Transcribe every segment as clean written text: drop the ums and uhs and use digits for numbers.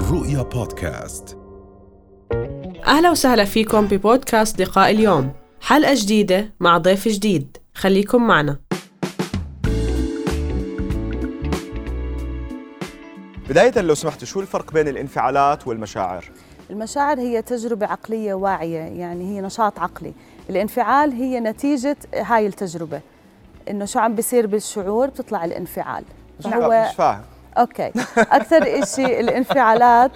الرؤيا بودكاست. أهلا وسهلا فيكم ببودكاست لقاء اليوم، حلقة جديدة مع ضيف جديد، خليكم معنا. بداية لو سمحتوا، شو الفرق بين الانفعالات والمشاعر؟ المشاعر هي تجربة عقلية واعية، يعني هي نشاط عقلي. الانفعال هي نتيجة هاي التجربة، إنه شو عم بيصير بالشعور بتطلع الانفعال. هو مش فاهم. أوكي، أكثر إشي الانفعالات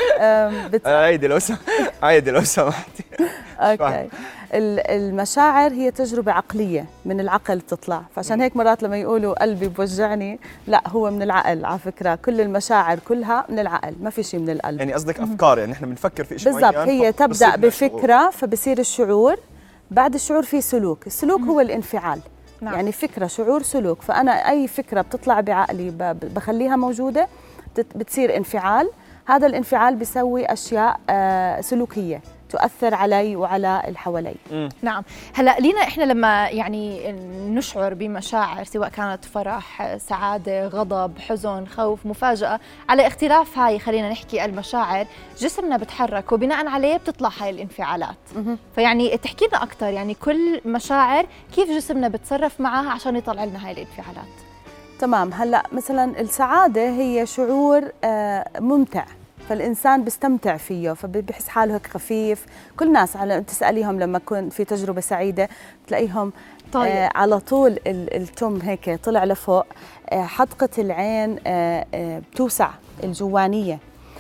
عادي لو سمحتي. أوكي، المشاعر هي تجربة عقلية من العقل تطلع، فعشان هيك مرات لما يقولوا قلبي بوجعني، لا، هو من العقل. على فكرة كل المشاعر كلها من العقل، ما في شيء من القلب. يعني قصدك أفكار، يعني إحنا بنفكر في شيء معين بالضبط، هي تبدأ بفكرة فبصير الشعور، بعد الشعور في سلوك. السلوك هو الانفعال. نعم. يعني فكرة، شعور، سلوك. فأنا أي فكرة بتطلع بعقلي بخليها موجودة بتصير انفعال. هذا الانفعال بيسوي أشياء سلوكية تؤثر علي وعلى الحوالي. نعم. هلا لينا احنا لما يعني نشعر بمشاعر، سواء كانت فرح، سعاده، غضب، حزن، خوف، مفاجاه، على اختلاف هاي خلينا نحكي المشاعر، جسمنا بتحرك وبناء عليه بتطلع هاي الانفعالات. فيعني تحكي لنا اكثر، يعني كل مشاعر كيف جسمنا بتصرف معها عشان يطلع لنا هاي الانفعالات. تمام. هلا مثلا السعاده هي شعور ممتع، فالإنسان بيستمتع فيه، فبيحس حاله هيك خفيف. كل الناس على تسأليهم لما يكون في تجربة سعيدة بتلاقيهم طيب. على طول التم هيك طلع لفوق، حدقة العين بتوسع، الجوانية،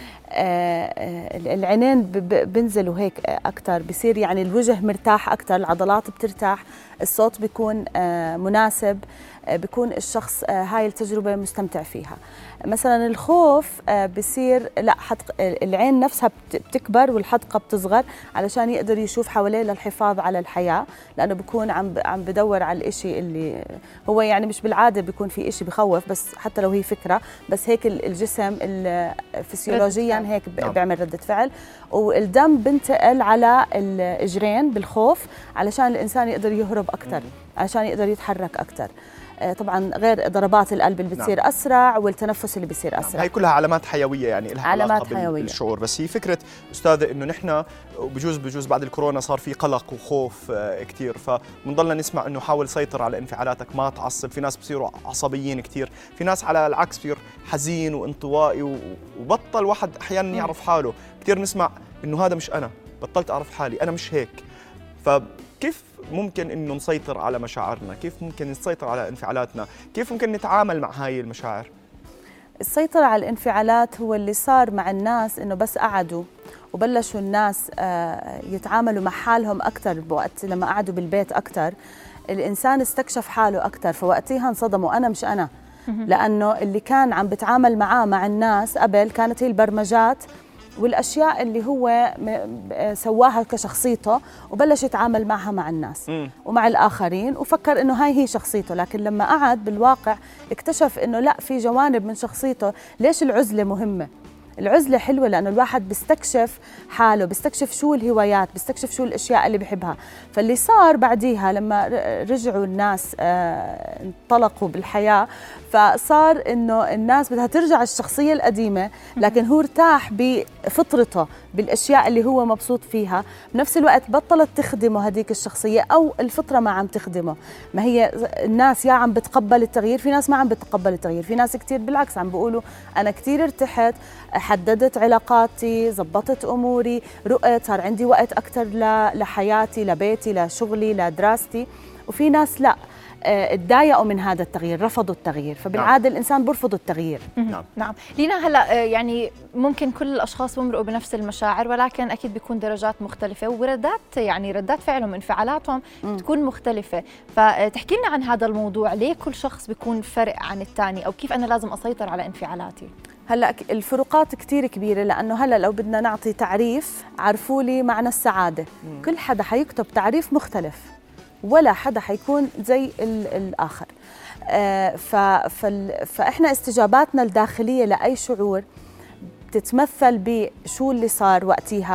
العينين بنزلوا هيك أكتر، بصير يعني الوجه مرتاح أكتر، العضلات بترتاح، الصوت بيكون مناسب، بيكون الشخص هاي التجربة مستمتع فيها. مثلا الخوف بصير لا، العين نفسها بتكبر والحدقة بتصغر علشان يقدر يشوف حواليه للحفاظ على الحياة، لأنه بيكون عم بدور على الإشي اللي هو يعني مش بالعادة بيكون في إشي بخوف، بس حتى لو هي فكرة، بس هيك الجسم فسيولوجيا هيك بيعمل ردة فعل، والدم بنتقل على الإجرين بالخوف علشان الإنسان يقدر يهرب أكتر، علشان يقدر يتحرك أكتر. طبعا غير ضربات القلب اللي بتصير أسرع، والتنفس اللي بيصير أسرع. هي كلها علامات حيوية، يعني لها علامات علاقة بالشعور. بس هي فكرة أستاذة إنه نحن بجوز بعد الكورونا صار في قلق وخوف كتير، فبنضلنا نسمع إنه حاول سيطر على انفعالاتك، ما تعصب. في ناس بصيروا عصبيين كتير، في ناس على العكس بصير حزين وانطوائي، وبطل واحد أحيانا يعرف حاله. كتير نسمع إنه هذا مش أنا، بطلت أعرف حالي، أنا مش هيك. فكيف ممكن إنه نسيطر على مشاعرنا؟ كيف ممكن نسيطر على انفعالاتنا؟ كيف ممكن نتعامل مع هاي المشاعر؟ السيطرة على الانفعالات هو اللي صار مع الناس، إنه بس قعدوا وبلشوا الناس يتعاملوا مع حالهم أكتر. بوقت لما قعدوا بالبيت أكتر، الإنسان استكشف حاله أكتر، فوقتها انصدموا، أنا مش أنا. لأنه اللي كان عم بتعامل معاه مع الناس قبل كانت هي البرمجات والأشياء اللي هو سواها كشخصيته، وبلش يتعامل معها مع الناس ومع الآخرين، وفكر إنه هاي هي شخصيته. لكن لما قعد بالواقع اكتشف إنه لا، في جوانب من شخصيته. ليش العزلة مهمة؟ العزلة حلوة لأنه الواحد بيستكشف حاله، بيستكشف شو الهوايات، بيستكشف شو الأشياء اللي بيحبها. فاللي صار بعديها لما رجعوا الناس انطلقوا بالحياة، فصار إنه الناس بدها ترجع الشخصية القديمة، لكن هو ارتاح بفطرته، بالأشياء اللي هو مبسوط فيها. بنفس الوقت بطلت تخدمه هديك الشخصية، أو الفطرة ما عم تخدمه. ما هي الناس يا عم بتقبل التغيير، في ناس ما عم بتقبل التغيير، في ناس كتير بالعكس عم بيقولوا أنا كتير ارتحت، حددت علاقاتي، زبطت أموري، رؤيت، صار عندي وقت أكتر لحياتي، لبيتي، لشغلي، لدراستي. وفي ناس لا، اتضايقوا من هذا التغيير، رفضوا التغيير. فبالعاده الانسان برفض التغيير. نعم. لينا هلا يعني ممكن كل الاشخاص بيمرقوا بنفس المشاعر، ولكن اكيد بيكون درجات مختلفه، وردات يعني ردات فعلهم، انفعالاتهم تكون مختلفه. فتحكي لنا عن هذا الموضوع، ليه كل شخص بيكون فرق عن الثاني، او كيف انا لازم اسيطر على انفعالاتي؟ هلا الفروقات كتير كبيرة، لأنه هلا لو بدنا نعطي تعريف، عرفوا لي معنى السعادة. كل حدا حيكتب تعريف مختلف، ولا حدا حيكون زي الآخر. فإحنا استجاباتنا الداخلية لأي شعور بتتمثل بشو اللي صار وقتها،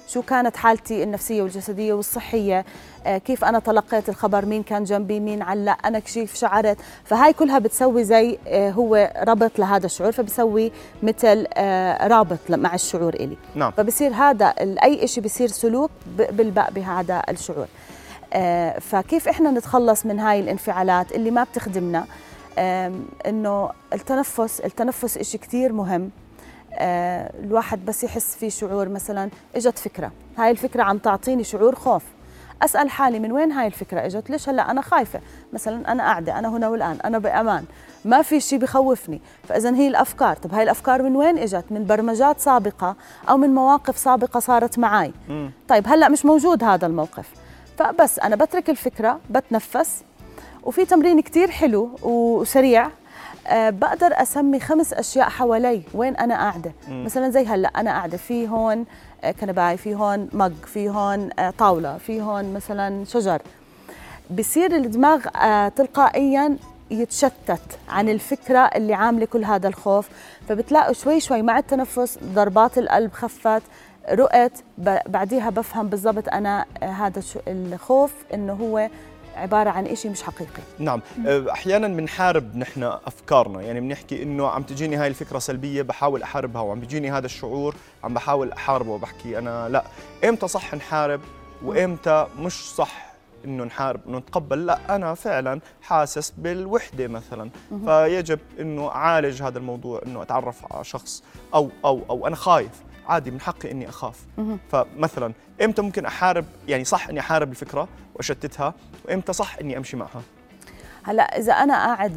شو كانت حالتي النفسية والجسدية والصحية، كيف أنا تلقيت الخبر، مين كان جنبي، مين علق، أنا كيف شعرت. فهاي كلها بتسوي زي هو ربط لهذا الشعور، فبسوي مثل رابط مع الشعور إلي. نعم. فبصير هذا أي شيء بصير سلوك بلبق بهذا الشعور. فكيف إحنا نتخلص من هاي الانفعالات اللي ما بتخدمنا؟ إنه التنفس إشي كتير مهم. الواحد بس يحس في شعور، مثلا إجت فكرة، هاي الفكرة عم تعطيني شعور خوف، أسأل حالي من وين هاي الفكرة إجت؟ ليش هلأ أنا خايفة؟ مثلا أنا قاعدة، أنا هنا والآن، أنا بأمان، ما في شيء بخوفني. فإذا هي الأفكار، طب هاي الأفكار من وين إجت؟ من برمجات سابقة أو من مواقف سابقة صارت معي. طيب هلأ مش موجود هذا الموقف، فبس أنا بترك الفكرة، بتنفس. وفي تمرين كتير حلو وسريع، بقدر أسمي 5 أشياء حوالي وين أنا قاعدة. مثلا زي هلأ أنا قاعدة في هون كنباية، في هون مج، في هون طاولة، في هون مثلا شجر. بصير الدماغ تلقائيا يتشتت عن الفكرة اللي عاملة كل هذا الخوف. فبتلاقوا شوي شوي مع التنفس ضربات القلب خفت، رؤت، بعديها بفهم بالضبط أنا هذا الخوف إنه هو عبارة عن إشي مش حقيقي. نعم. أحياناً بنحارب نحن أفكارنا، يعني بنحكي إنه عم تجيني هاي الفكرة سلبية بحاول أحاربها، وعم بيجيني هذا الشعور عم بحاول أحاربه، وبحكي أنا لا. إمتى صح نحارب وإمتى مش صح إنه نحارب، إنه نتقبل لا أنا فعلاً حاسس بالوحدة مثلاً، فيجب إنه أعالج هذا الموضوع، إنه أتعرف على شخص، أو أنا خايف، عادي من حقي إني أخاف. فمثلاً إمتى ممكن أحارب، يعني صح إني أحارب الفكرة وأشتتها، وإمتى صح إني أمشي معها؟ هلا إذا أنا قاعد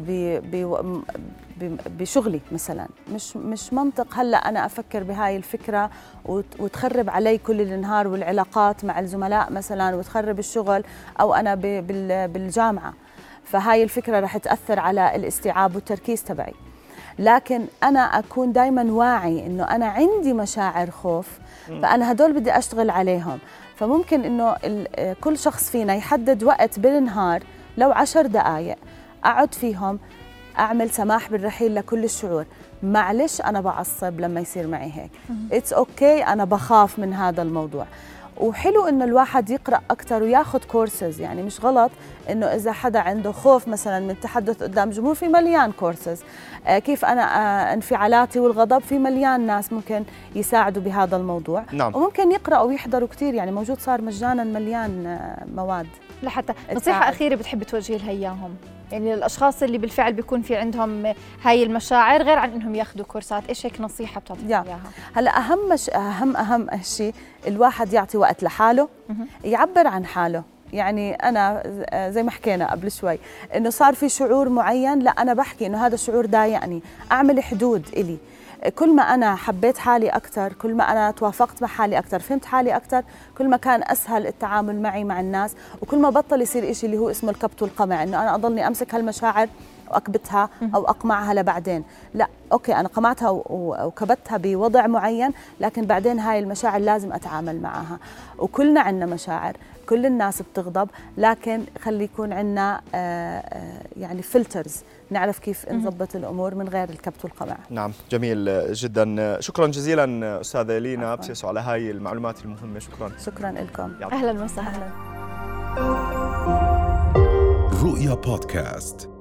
بشغلي مثلا، مش منطق هلا أنا أفكر بهاي الفكرة وتخرب علي كل النهار والعلاقات مع الزملاء مثلا، وتخرب الشغل، أو أنا بالجامعة، فهاي الفكرة رح تأثر على الاستيعاب والتركيز تبعي. لكن أنا أكون دايما واعي إنه أنا عندي مشاعر خوف، فأنا هدول بدي أشتغل عليهم. فممكن إنه كل شخص فينا يحدد وقت بالنهار لو 10 دقايق أقعد فيهم أعمل سماح بالرحيل لكل الشعور. معلش أنا بعصب لما يصير معي هيك، It's okay، أنا بخاف من هذا الموضوع. وحلو إنه الواحد يقرأ أكتر وياخد كورسز، يعني مش غلط إنه إذا حدا عنده خوف مثلا من التحدث قدام جمهور، في مليان كورسز. كيف أنا انفعالاتي والغضب، في مليان ناس ممكن يساعدوا بهذا الموضوع. نعم. وممكن يقرأوا ويحضروا كتير، يعني موجود صار مجانا مليان مواد. لحتى نصيحة أخيرة بتحب توجهي لها إياهم، يعني الأشخاص اللي بالفعل بيكون في عندهم هاي المشاعر غير عن إنهم ياخذوا كورسات، إيش هيك نصيحة بتعطيها إياها؟ هلا أهم شيء الواحد يعطي وقت لحاله، يعبر عن حاله. يعني أنا زي ما حكينا قبل شوي إنه صار في شعور معين، لا أنا بحكي إنه هذا الشعور ضايقني، أعمل حدود إلي. كل ما أنا حبيت حالي أكثر، كل ما أنا توافقت مع حالي أكثر، فهمت حالي أكثر، كل ما كان أسهل التعامل معي مع الناس، وكل ما بطل يصير إشي اللي هو اسمه الكبت والقمع، إنه أنا أضلني أمسك هالمشاعر وأكبتها أو أقمعها لبعدين. لا، أوكي أنا قمعتها وكبتها بوضع معين، لكن بعدين هاي المشاعر لازم أتعامل معها. وكلنا عنا مشاعر، كل الناس بتغضب، لكن خلي يكون عنا يعني فلترز نعرف كيف نضبط الأمور من غير الكبت والقمع. نعم، جميل جدا. شكرا جزيلا أستاذة لينا بسيسو على هاي المعلومات المهمة. شكرا لكم. أهلا وسهلا. رؤيا بودكاست.